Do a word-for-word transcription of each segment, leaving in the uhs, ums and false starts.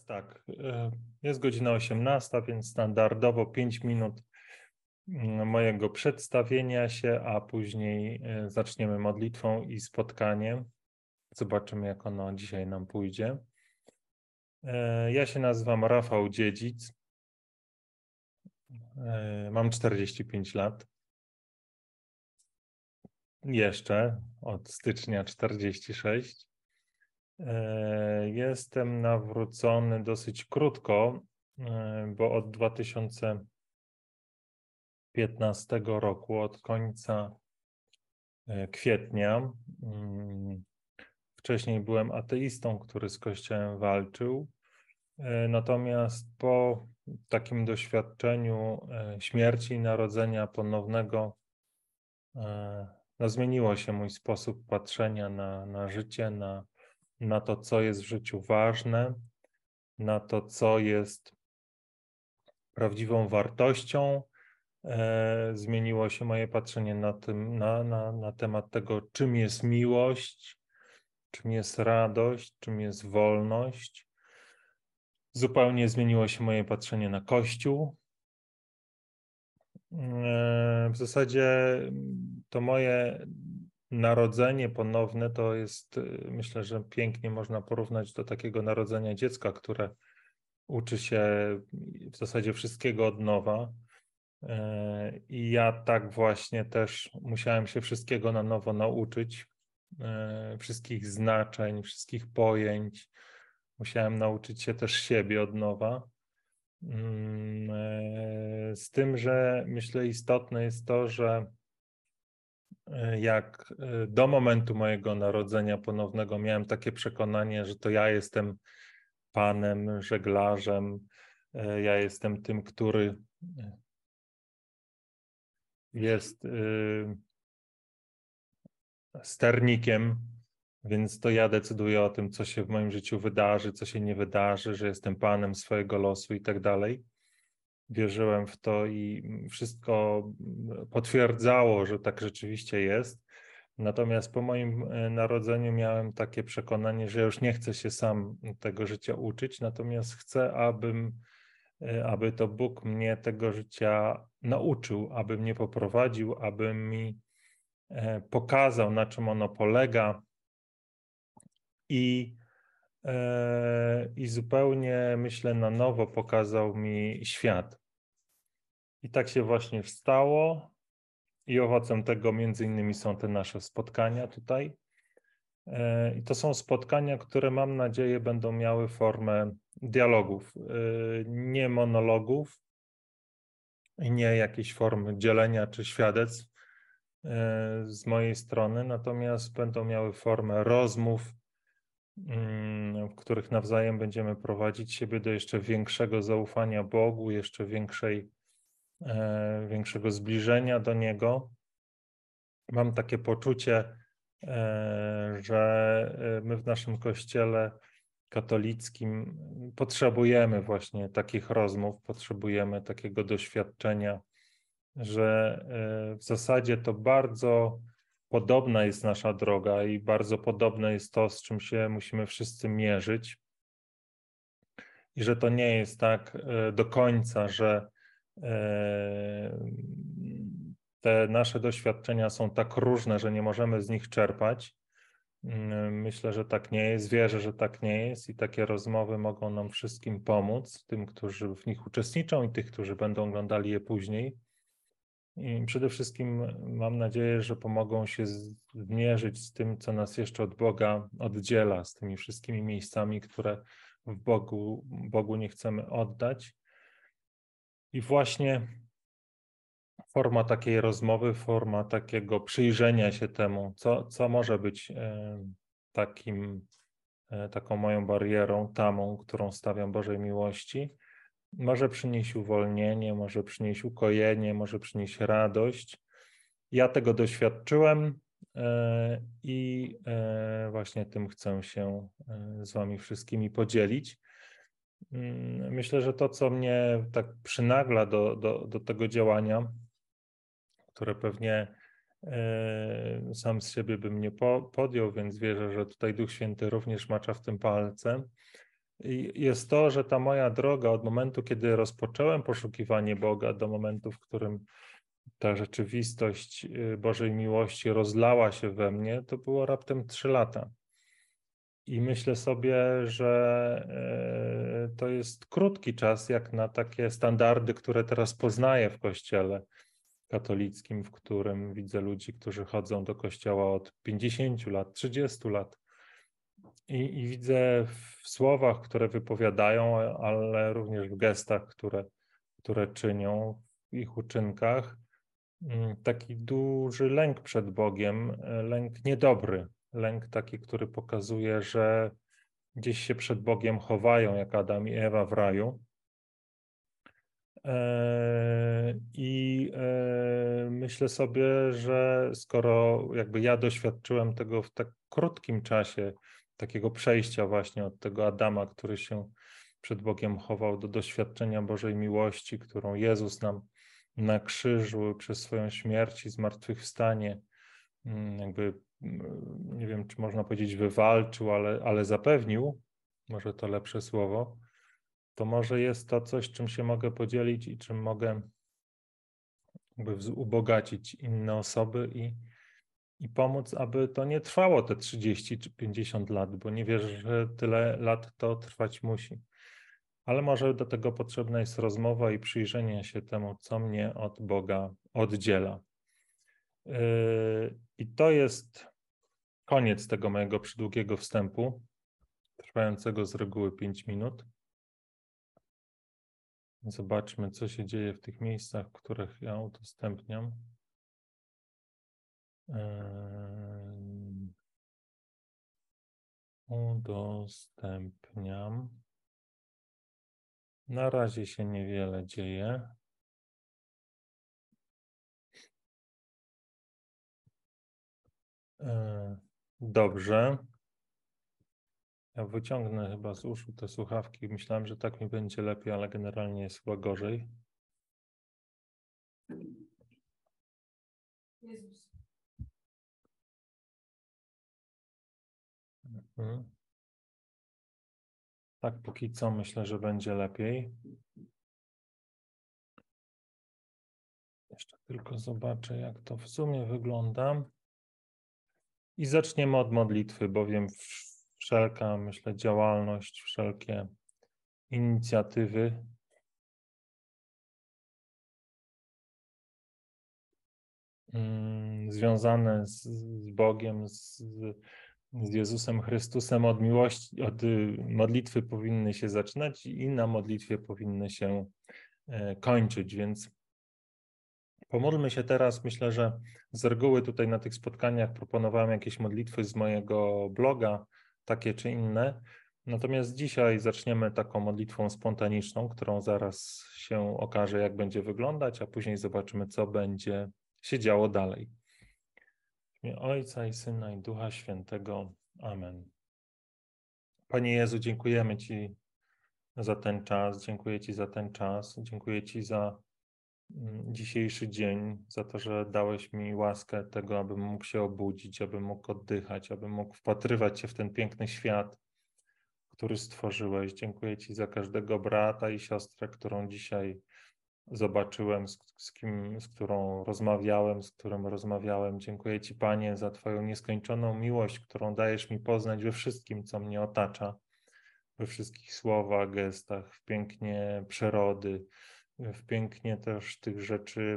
Teraz tak, jest godzina osiemnasta, więc standardowo pięć minut mojego przedstawienia się, a później zaczniemy modlitwą i spotkaniem. Zobaczymy, jak ono dzisiaj nam pójdzie. Ja się nazywam Rafał Dziedzic. Mam czterdzieści pięć lat. Jeszcze od stycznia czterdzieści sześć. Jestem nawrócony dosyć krótko, bo od dwa tysiące piętnastego roku, od końca kwietnia. Wcześniej byłem ateistą, który z Kościołem walczył. Natomiast po takim doświadczeniu śmierci i narodzenia ponownego no, zmieniło się mój sposób patrzenia na, na życie, na, na to, co jest w życiu ważne, na to, co jest prawdziwą wartością. E, zmieniło się moje patrzenie na, tym, na, na, na temat tego, czym jest miłość, czym jest radość, czym jest wolność. Zupełnie zmieniło się moje patrzenie na Kościół. E, w zasadzie to moje narodzenie ponowne to jest, myślę, że pięknie można porównać do takiego narodzenia dziecka, które uczy się w zasadzie wszystkiego od nowa. I ja tak właśnie też musiałem się wszystkiego na nowo nauczyć, wszystkich znaczeń, wszystkich pojęć. Musiałem nauczyć się też siebie od nowa. Z tym, że myślę istotne jest to, że jak do momentu mojego narodzenia ponownego miałem takie przekonanie, że to ja jestem panem, żeglarzem, ja jestem tym, który jest y, sternikiem, więc to ja decyduję o tym, co się w moim życiu wydarzy, co się nie wydarzy, że jestem panem swojego losu i tak dalej. Wierzyłem w to i wszystko potwierdzało, że tak rzeczywiście jest. Natomiast po moim narodzeniu miałem takie przekonanie, że już nie chcę się sam tego życia uczyć, natomiast chcę, abym aby to Bóg mnie tego życia nauczył, aby mnie poprowadził, aby mi pokazał, na czym ono polega i, i zupełnie, myślę, na nowo pokazał mi świat. I tak się właśnie stało i owocem tego między innymi są te nasze spotkania tutaj. I to są spotkania, które mam nadzieję będą miały formę dialogów, nie monologów, i nie jakiejś formy dzielenia czy świadectw z mojej strony, natomiast będą miały formę rozmów, w których nawzajem będziemy prowadzić siebie do jeszcze większego zaufania Bogu, jeszcze większej, większego zbliżenia do Niego. Mam takie poczucie, że my w naszym Kościele katolickim potrzebujemy właśnie takich rozmów, potrzebujemy takiego doświadczenia, że w zasadzie to bardzo podobna jest nasza droga i bardzo podobne jest to, z czym się musimy wszyscy mierzyć. I że to nie jest tak do końca, że te nasze doświadczenia są tak różne, że nie możemy z nich czerpać. Myślę, że tak nie jest, wierzę, że tak nie jest i takie rozmowy mogą nam wszystkim pomóc, tym, którzy w nich uczestniczą i tych, którzy będą oglądali je później. I przede wszystkim mam nadzieję, że pomogą się zmierzyć z tym, co nas jeszcze od Boga oddziela, z tymi wszystkimi miejscami, które w Bogu, Bogu nie chcemy oddać. I właśnie forma takiej rozmowy, forma takiego przyjrzenia się temu, co, co może być takim, taką moją barierą, tamą, którą stawiam Bożej miłości, może przynieść uwolnienie, może przynieść ukojenie, może przynieść radość. Ja tego doświadczyłem i właśnie tym chcę się z wami wszystkimi podzielić. Myślę, że to, co mnie tak przynagla do, do, do tego działania, które pewnie sam z siebie bym nie podjął, więc wierzę, że tutaj Duch Święty również macza w tym palce, jest to, że ta moja droga od momentu, kiedy rozpocząłem poszukiwanie Boga, do momentu, w którym ta rzeczywistość Bożej miłości rozlała się we mnie, to było raptem trzy lata. I myślę sobie, że to jest krótki czas, jak na takie standardy, które teraz poznaję w Kościele katolickim, w którym widzę ludzi, którzy chodzą do kościoła od pięćdziesięciu lat, trzydziestu lat. I, I widzę w słowach, które wypowiadają, ale również w gestach, które, które czynią, w ich uczynkach, taki duży lęk przed Bogiem, lęk niedobry, lęk taki, który pokazuje, że gdzieś się przed Bogiem chowają, jak Adam i Ewa w raju. I myślę sobie, że skoro jakby ja doświadczyłem tego w tak krótkim czasie, takiego przejścia właśnie od tego Adama, który się przed Bogiem chował, do doświadczenia Bożej miłości, którą Jezus nam na krzyżu przez swoją śmierć i zmartwychwstanie jakby, nie wiem, czy można powiedzieć wywalczył, ale, ale zapewnił, może to lepsze słowo, to może jest to coś, czym się mogę podzielić i czym mogę jakby ubogacić inne osoby i, i pomóc, aby to nie trwało te trzydzieści czy pięćdziesiąt lat, bo nie wierzę, że tyle lat to trwać musi. Ale może do tego potrzebna jest rozmowa i przyjrzenie się temu, co mnie od Boga oddziela. Yy, I to jest koniec tego mojego przydługiego wstępu, trwającego z reguły pięć minut. Zobaczmy, co się dzieje w tych miejscach, w których ja udostępniam. Udostępniam. Na razie się niewiele dzieje. Dobrze. Ja wyciągnę chyba z uszu te słuchawki. Myślałem, że tak mi będzie lepiej, ale generalnie jest chyba gorzej. Jezus. Mhm. Tak, póki co myślę, że będzie lepiej. Jeszcze tylko zobaczę, jak to w sumie wygląda. I zaczniemy od modlitwy, bowiem wszelka, myślę, działalność, wszelkie inicjatywy mm, związane z, z Bogiem, z, z Jezusem Chrystusem od miłości, od modlitwy powinny się zaczynać i na modlitwie powinny się e, kończyć, więc pomódlmy się teraz. Myślę, że z reguły tutaj na tych spotkaniach proponowałem jakieś modlitwy z mojego bloga, takie czy inne. Natomiast dzisiaj zaczniemy taką modlitwą spontaniczną, którą zaraz się okaże, jak będzie wyglądać, a później zobaczymy, co będzie się działo dalej. W imię Ojca i Syna i Ducha Świętego. Amen. Panie Jezu, dziękujemy Ci za ten czas, dziękuję Ci za ten czas, dziękuję Ci za dzisiejszy dzień, za to, że dałeś mi łaskę tego, abym mógł się obudzić, abym mógł oddychać, abym mógł wpatrywać się w ten piękny świat, który stworzyłeś. Dziękuję Ci za każdego brata i siostrę, którą dzisiaj zobaczyłem, z, z kim, z którą rozmawiałem, z którym rozmawiałem. Dziękuję Ci, Panie, za Twoją nieskończoną miłość, którą dajesz mi poznać we wszystkim, co mnie otacza, we wszystkich słowach, gestach, w pięknie przyrody, w pięknie też tych rzeczy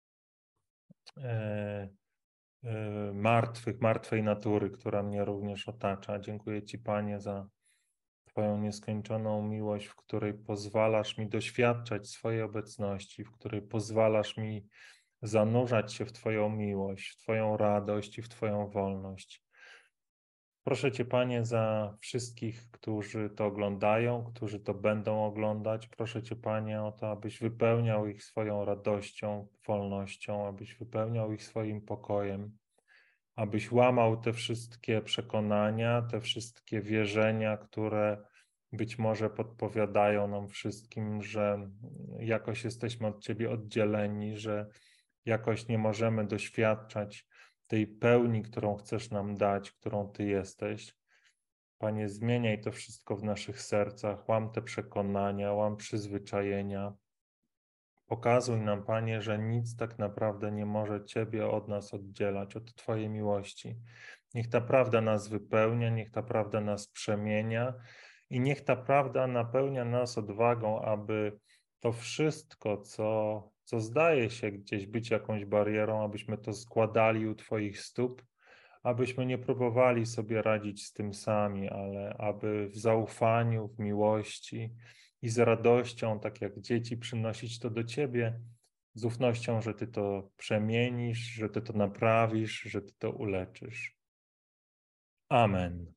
e, e, martwych, martwej natury, która mnie również otacza. Dziękuję Ci, Panie, za Twoją nieskończoną miłość, w której pozwalasz mi doświadczać swojej obecności, w której pozwalasz mi zanurzać się w Twoją miłość, w Twoją radość i w Twoją wolność. Proszę Cię, Panie, za wszystkich, którzy to oglądają, którzy to będą oglądać. Proszę Cię, Panie, o to, abyś wypełniał ich swoją radością, wolnością, abyś wypełniał ich swoim pokojem, abyś łamał te wszystkie przekonania, te wszystkie wierzenia, które być może podpowiadają nam wszystkim, że jakoś jesteśmy od Ciebie oddzieleni, że jakoś nie możemy doświadczać tej pełni, którą chcesz nam dać, którą Ty jesteś. Panie, zmieniaj to wszystko w naszych sercach, łam te przekonania, łam przyzwyczajenia. Pokazuj nam, Panie, że nic tak naprawdę nie może Ciebie od nas oddzielać, od Twojej miłości. Niech ta prawda nas wypełnia, niech ta prawda nas przemienia i niech ta prawda napełnia nas odwagą, aby to wszystko, co, co zdaje się gdzieś być jakąś barierą, abyśmy to składali u Twoich stóp, abyśmy nie próbowali sobie radzić z tym sami, ale aby w zaufaniu, w miłości i z radością, tak jak dzieci, przynosić to do Ciebie, z ufnością, że Ty to przemienisz, że Ty to naprawisz, że Ty to uleczysz. Amen.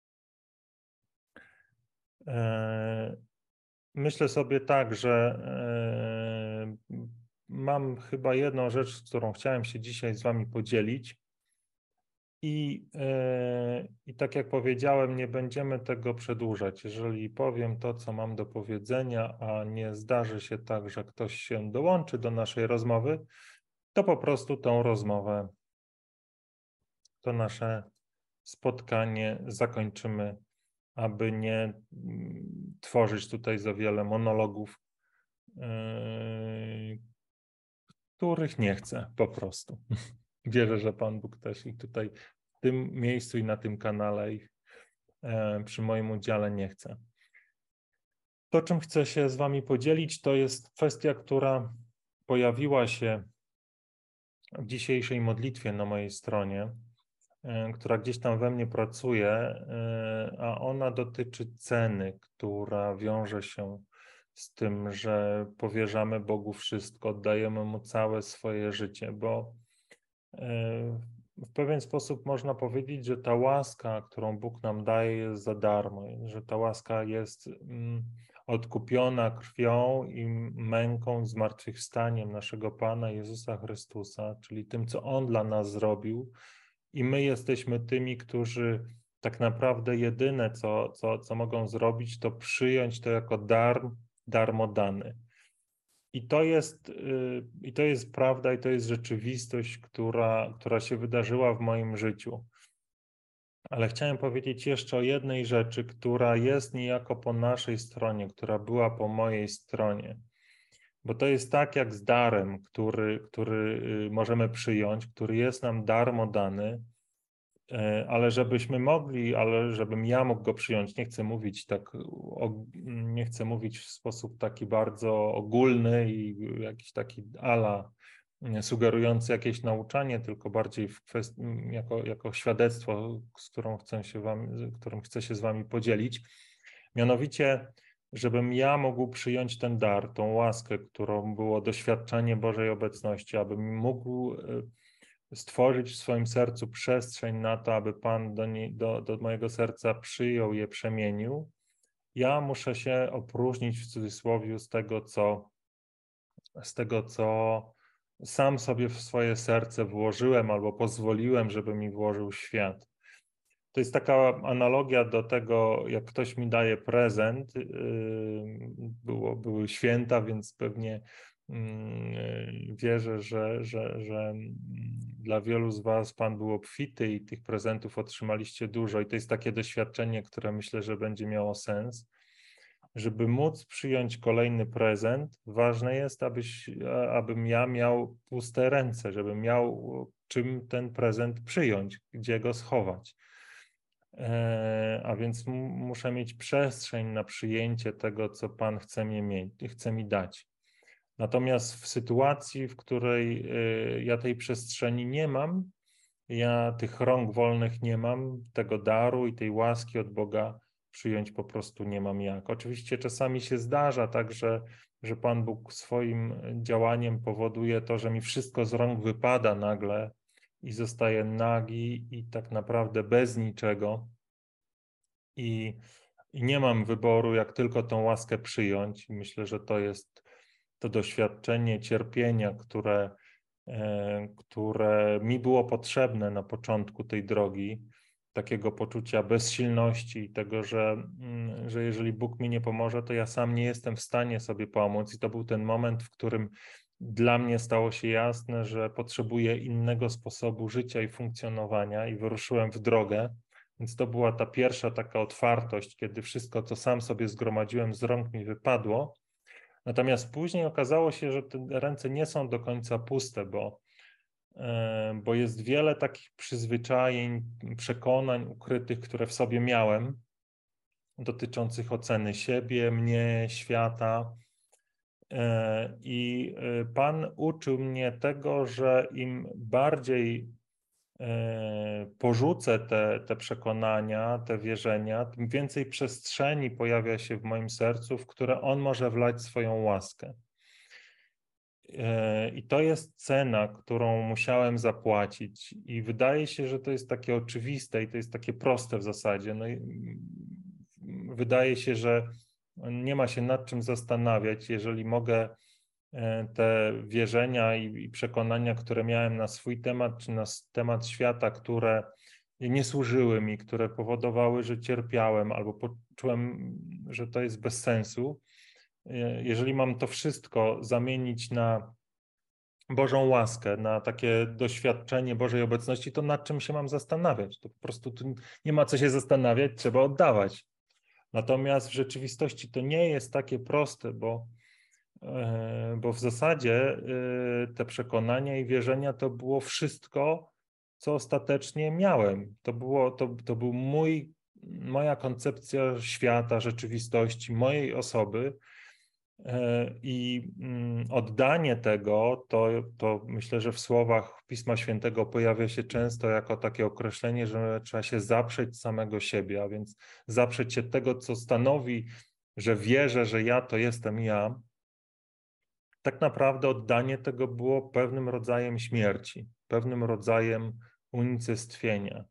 Myślę sobie tak, że mam chyba jedną rzecz, z którą chciałem się dzisiaj z Wami podzielić. I, I tak jak powiedziałem, nie będziemy tego przedłużać. Jeżeli powiem to, co mam do powiedzenia, a nie zdarzy się tak, że ktoś się dołączy do naszej rozmowy, to po prostu tą rozmowę, to nasze spotkanie zakończymy, aby nie tworzyć tutaj za wiele monologów, yy, których nie chcę po prostu. Wierzę, że Pan Bóg też ich tutaj w tym miejscu i na tym kanale ich e, przy moim udziale nie chce. To, czym chcę się z Wami podzielić, to jest kwestia, która pojawiła się w dzisiejszej modlitwie na mojej stronie, e, która gdzieś tam we mnie pracuje, e, a ona dotyczy ceny, która wiąże się z tym, że powierzamy Bogu wszystko, oddajemy Mu całe swoje życie, bo w pewien sposób można powiedzieć, że ta łaska, którą Bóg nam daje, jest za darmo, że ta łaska jest odkupiona krwią i męką, zmartwychwstaniem naszego Pana Jezusa Chrystusa, czyli tym, co On dla nas zrobił, i my jesteśmy tymi, którzy tak naprawdę jedyne, co, co, co mogą zrobić, to przyjąć to jako dar, darmo dany. I to jest, i to jest prawda, i to jest rzeczywistość, która, która się wydarzyła w moim życiu. Ale chciałem powiedzieć jeszcze o jednej rzeczy, która jest niejako po naszej stronie, która była po mojej stronie. Bo to jest tak jak z darem, który, który możemy przyjąć, który jest nam darmo dany, ale żebyśmy mogli, ale żebym ja mógł go przyjąć, nie chcę mówić tak, nie chcę mówić w sposób taki bardzo ogólny i jakiś taki ala sugerujący jakieś nauczanie, tylko bardziej w kwestii, jako, jako świadectwo, z którą chcę się wam, którym chcę się z wami podzielić. Mianowicie, żebym ja mógł przyjąć ten dar, tą łaskę, którą było doświadczenie Bożej obecności, abym mógł stworzyć w swoim sercu przestrzeń na to, aby Pan do, nie, do, do mojego serca przyjął je, przemienił, ja muszę się opróżnić w cudzysłowie z tego, co, z tego, co sam sobie w swoje serce włożyłem albo pozwoliłem, żeby mi włożył świat. To jest taka analogia do tego, jak ktoś mi daje prezent. Było, były święta, więc pewnie wierzę, że, że, że dla wielu z Was Pan był obfity i tych prezentów otrzymaliście dużo. I to jest takie doświadczenie, które myślę, że będzie miało sens. Żeby móc przyjąć kolejny prezent, ważne jest, abyś, abym ja miał puste ręce, żebym miał czym ten prezent przyjąć, gdzie go schować. A więc muszę mieć przestrzeń na przyjęcie tego, co Pan chce mi, mieć, chce mi dać. Natomiast w sytuacji, w której ja tej przestrzeni nie mam, ja tych rąk wolnych nie mam, tego daru i tej łaski od Boga przyjąć po prostu nie mam jak. Oczywiście czasami się zdarza tak, że, że Pan Bóg swoim działaniem powoduje to, że mi wszystko z rąk wypada nagle i zostaję nagi i tak naprawdę bez niczego. I, i nie mam wyboru, jak tylko tą łaskę przyjąć. I myślę, że to jest to doświadczenie cierpienia, które, e, które mi było potrzebne na początku tej drogi, takiego poczucia bezsilności i tego, że, mm, że jeżeli Bóg mi nie pomoże, to ja sam nie jestem w stanie sobie pomóc. I to był ten moment, w którym dla mnie stało się jasne, że potrzebuję innego sposobu życia i funkcjonowania, i wyruszyłem w drogę Więc to była ta pierwsza taka otwartość, kiedy wszystko, co sam sobie zgromadziłem z rąk, mi wypadło. Natomiast później okazało się, że te ręce nie są do końca puste, bo, bo jest wiele takich przyzwyczajeń, przekonań ukrytych, które w sobie miałem, dotyczących oceny siebie, mnie, świata. I Pan uczył mnie tego, że im bardziej porzucę te, te przekonania, te wierzenia, tym więcej przestrzeni pojawia się w moim sercu, w które On może wlać swoją łaskę. I to jest cena, którą musiałem zapłacić, i wydaje się, że to jest takie oczywiste i to jest takie proste w zasadzie. No i wydaje się, że nie ma się nad czym zastanawiać, jeżeli mogę te wierzenia i, i przekonania, które miałem na swój temat, czy na temat świata, które nie służyły mi, które powodowały, że cierpiałem albo poczułem, że to jest bez sensu. Jeżeli mam to wszystko zamienić na Bożą łaskę, na takie doświadczenie Bożej obecności, to nad czym się mam zastanawiać? To po prostu tu nie ma co się zastanawiać, trzeba oddawać. Natomiast w rzeczywistości to nie jest takie proste, bo bo w zasadzie te przekonania i wierzenia to było wszystko, co ostatecznie miałem. To było, to, to był mój, moja koncepcja świata, rzeczywistości, mojej osoby, i oddanie tego, to, to myślę, że w słowach Pisma Świętego pojawia się często jako takie określenie, że trzeba się zaprzeć samego siebie, a więc zaprzeć się tego, co stanowi, że wierzę, że ja to jestem ja. Tak naprawdę oddanie tego było pewnym rodzajem śmierci, pewnym rodzajem unicestwienia.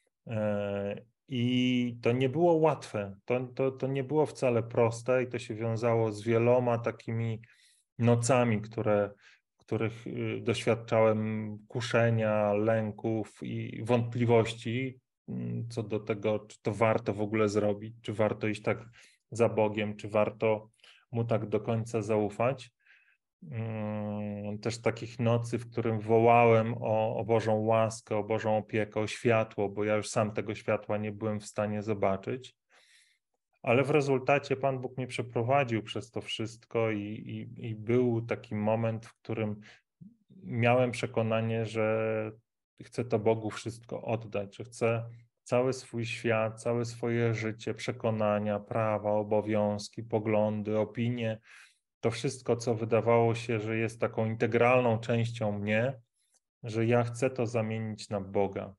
I to nie było łatwe, to, to, to nie było wcale proste i to się wiązało z wieloma takimi nocami, które, których doświadczałem kuszenia, lęków i wątpliwości co do tego, czy to warto w ogóle zrobić, czy warto iść tak za Bogiem, czy warto Mu tak do końca zaufać. Też takich nocy, w którym wołałem o, o Bożą łaskę, o Bożą opiekę, o światło, bo ja już sam tego światła nie byłem w stanie zobaczyć. Ale w rezultacie Pan Bóg mnie przeprowadził przez to wszystko i, i, i był taki moment, w którym miałem przekonanie, że chcę to Bogu wszystko oddać, że chcę cały swój świat, całe swoje życie, przekonania, prawa, obowiązki, poglądy, opinie, to wszystko, co wydawało się, że jest taką integralną częścią mnie, że ja chcę to zamienić na Boga.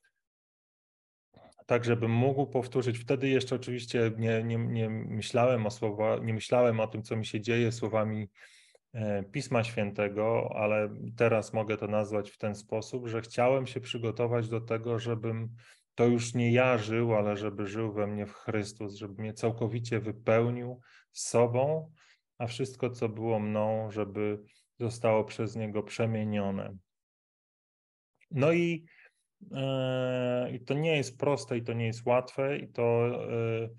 Tak, żebym mógł powtórzyć. Wtedy jeszcze oczywiście nie, nie, nie myślałem o słowa, nie myślałem o tym, co mi się dzieje słowami Pisma Świętego, ale teraz mogę to nazwać w ten sposób, że chciałem się przygotować do tego, żebym to już nie ja żył, ale żeby żył we mnie w Chrystus, żeby mnie całkowicie wypełnił sobą, a wszystko, co było mną, żeby zostało przez Niego przemienione. No i, yy, i to nie jest proste i to nie jest łatwe i to yy,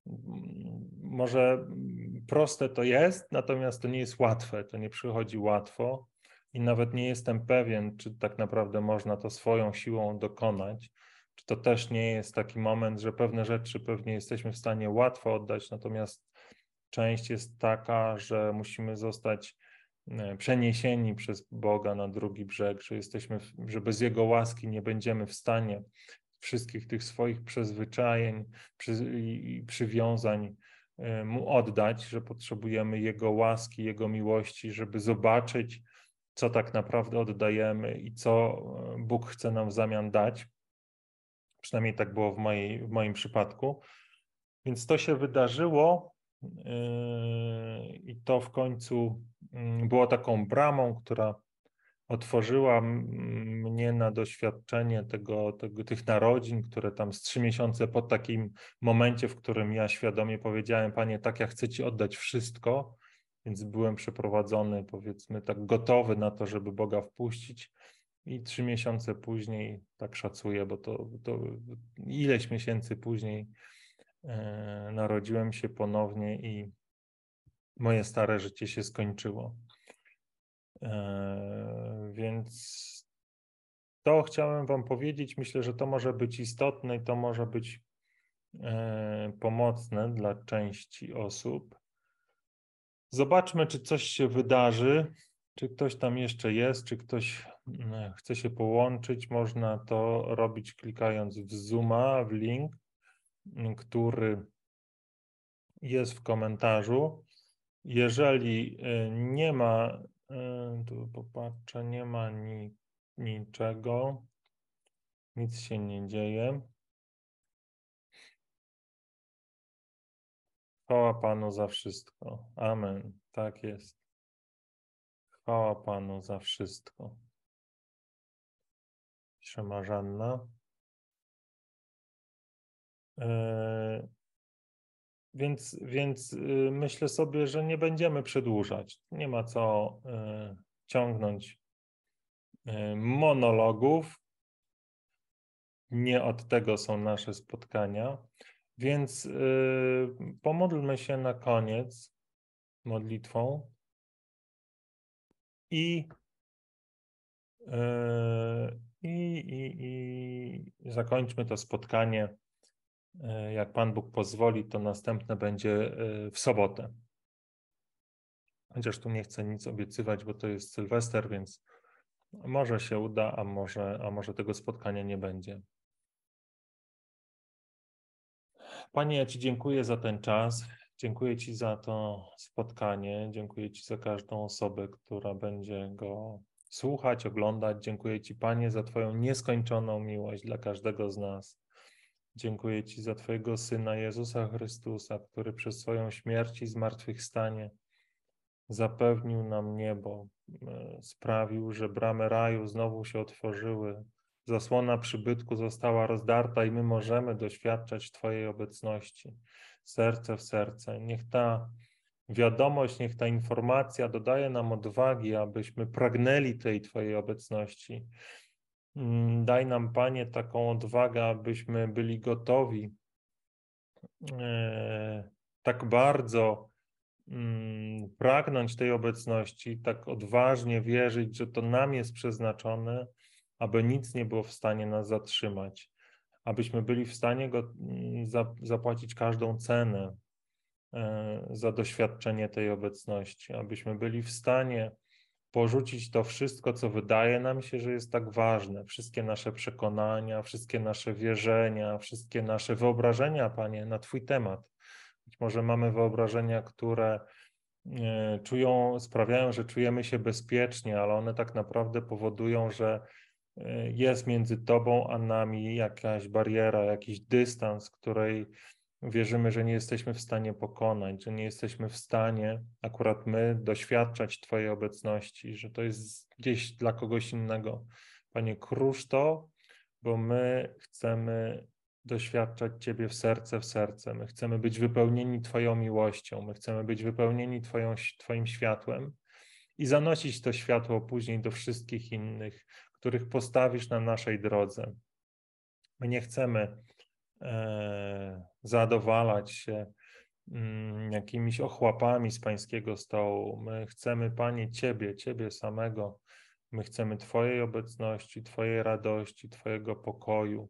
może proste to jest, natomiast to nie jest łatwe, to nie przychodzi łatwo i nawet nie jestem pewien, czy tak naprawdę można to swoją siłą dokonać, czy to też nie jest taki moment, że pewne rzeczy pewnie jesteśmy w stanie łatwo oddać, natomiast część jest taka, że musimy zostać przeniesieni przez Boga na drugi brzeg, że jesteśmy, że bez Jego łaski nie będziemy w stanie wszystkich tych swoich przyzwyczajeń i przywiązań Mu oddać, że potrzebujemy Jego łaski, Jego miłości, żeby zobaczyć, co tak naprawdę oddajemy i co Bóg chce nam w zamian dać. Przynajmniej tak było w, mojej, w moim przypadku. Więc to się wydarzyło i to w końcu było taką bramą, która otworzyła mnie na doświadczenie tego, tego, tych narodzin, które tam z trzy miesiące po takim momencie, w którym ja świadomie powiedziałem: Panie, tak, ja chcę Ci oddać wszystko, więc byłem przeprowadzony, powiedzmy tak gotowy na to, żeby Boga wpuścić i trzy miesiące później, tak szacuję, bo to, to ileś miesięcy później e, narodziłem się ponownie i moje stare życie się skończyło. Więc to chciałem Wam powiedzieć. Myślę, że to może być istotne i to może być e, pomocne dla części osób. Zobaczmy, czy coś się wydarzy, czy ktoś tam jeszcze jest, czy ktoś mm, chce się połączyć. Można to robić klikając w Zooma, w link, mm, który jest w komentarzu. Jeżeli e, nie ma, e, tu popatrzę, nie ma ni, niczego, nic się nie dzieje. Chwała Panu za wszystko. Amen. Tak jest. Chwała Panu za wszystko. Pisze Marzanna. E, więc, więc y, myślę sobie, że nie będziemy przedłużać. Nie ma co y, ciągnąć y, monologów. Nie od tego są nasze spotkania. Więc y, pomódlmy się na koniec modlitwą i, y, i, i, i zakończmy to spotkanie. Y, jak Pan Bóg pozwoli, to następne będzie y, w sobotę. Chociaż tu nie chcę nic obiecywać, bo to jest Sylwester, więc może się uda, a może, a może tego spotkania nie będzie. Panie, ja Ci dziękuję za ten czas. Dziękuję Ci za to spotkanie. Dziękuję Ci za każdą osobę, która będzie go słuchać, oglądać. Dziękuję Ci, Panie, za Twoją nieskończoną miłość dla każdego z nas. Dziękuję Ci za Twojego Syna Jezusa Chrystusa, który przez swoją śmierć i zmartwychwstanie zapewnił nam niebo, sprawił, że bramy raju znowu się otworzyły, zasłona przybytku została rozdarta i my możemy doświadczać Twojej obecności, serce w serce. Niech ta wiadomość, niech ta informacja dodaje nam odwagi, abyśmy pragnęli tej Twojej obecności. Daj nam, Panie, taką odwagę, abyśmy byli gotowi e, tak bardzo pragnąć tej obecności, tak odważnie wierzyć, że to nam jest przeznaczone, aby nic nie było w stanie nas zatrzymać, abyśmy byli w stanie go zapłacić każdą cenę za doświadczenie tej obecności, abyśmy byli w stanie porzucić to wszystko, co wydaje nam się, że jest tak ważne, wszystkie nasze przekonania, wszystkie nasze wierzenia, wszystkie nasze wyobrażenia, Panie, na Twój temat. Być może mamy wyobrażenia, które czują, sprawiają, że czujemy się bezpiecznie, ale one tak naprawdę powodują, że jest między Tobą a nami jakaś bariera, jakiś dystans, której wierzymy, że nie jesteśmy w stanie pokonać, że nie jesteśmy w stanie, akurat my, doświadczać Twojej obecności, że to jest gdzieś dla kogoś innego. Panie, krusz to, bo my chcemy doświadczać Ciebie w serce w serce. My chcemy być wypełnieni Twoją miłością, my chcemy być wypełnieni Twoją, Twoim światłem i zanosić to światło później do wszystkich innych, których postawisz na naszej drodze. My nie chcemy e, zadowalać się mm, jakimiś ochłapami z Pańskiego stołu. My chcemy, Panie, Ciebie, Ciebie samego. My chcemy Twojej obecności, Twojej radości, Twojego pokoju.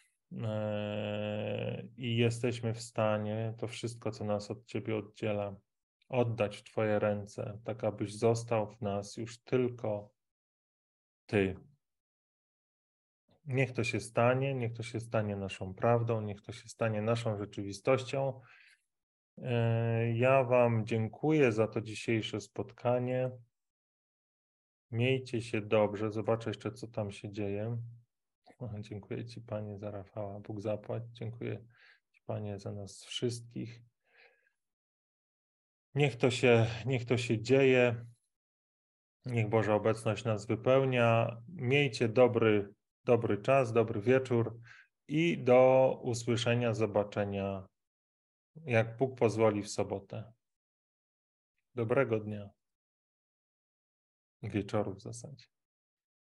I jesteśmy w stanie to wszystko, co nas od Ciebie oddziela, oddać w Twoje ręce, tak abyś został w nas już tylko Ty. Niech to się stanie, niech to się stanie naszą prawdą, niech to się stanie naszą rzeczywistością. Ja Wam dziękuję za to dzisiejsze spotkanie. Miejcie się dobrze. Zobaczę jeszcze, co tam się dzieje. Dziękuję Ci, Panie, za Rafała. Bóg zapłać. Dziękuję Ci, Panie, za nas wszystkich. Niech to się, niech to się dzieje. Niech Boża obecność nas wypełnia. Miejcie dobry, dobry czas, dobry wieczór i do usłyszenia, zobaczenia, jak Bóg pozwoli, w sobotę. Dobrego dnia. Wieczoru w zasadzie.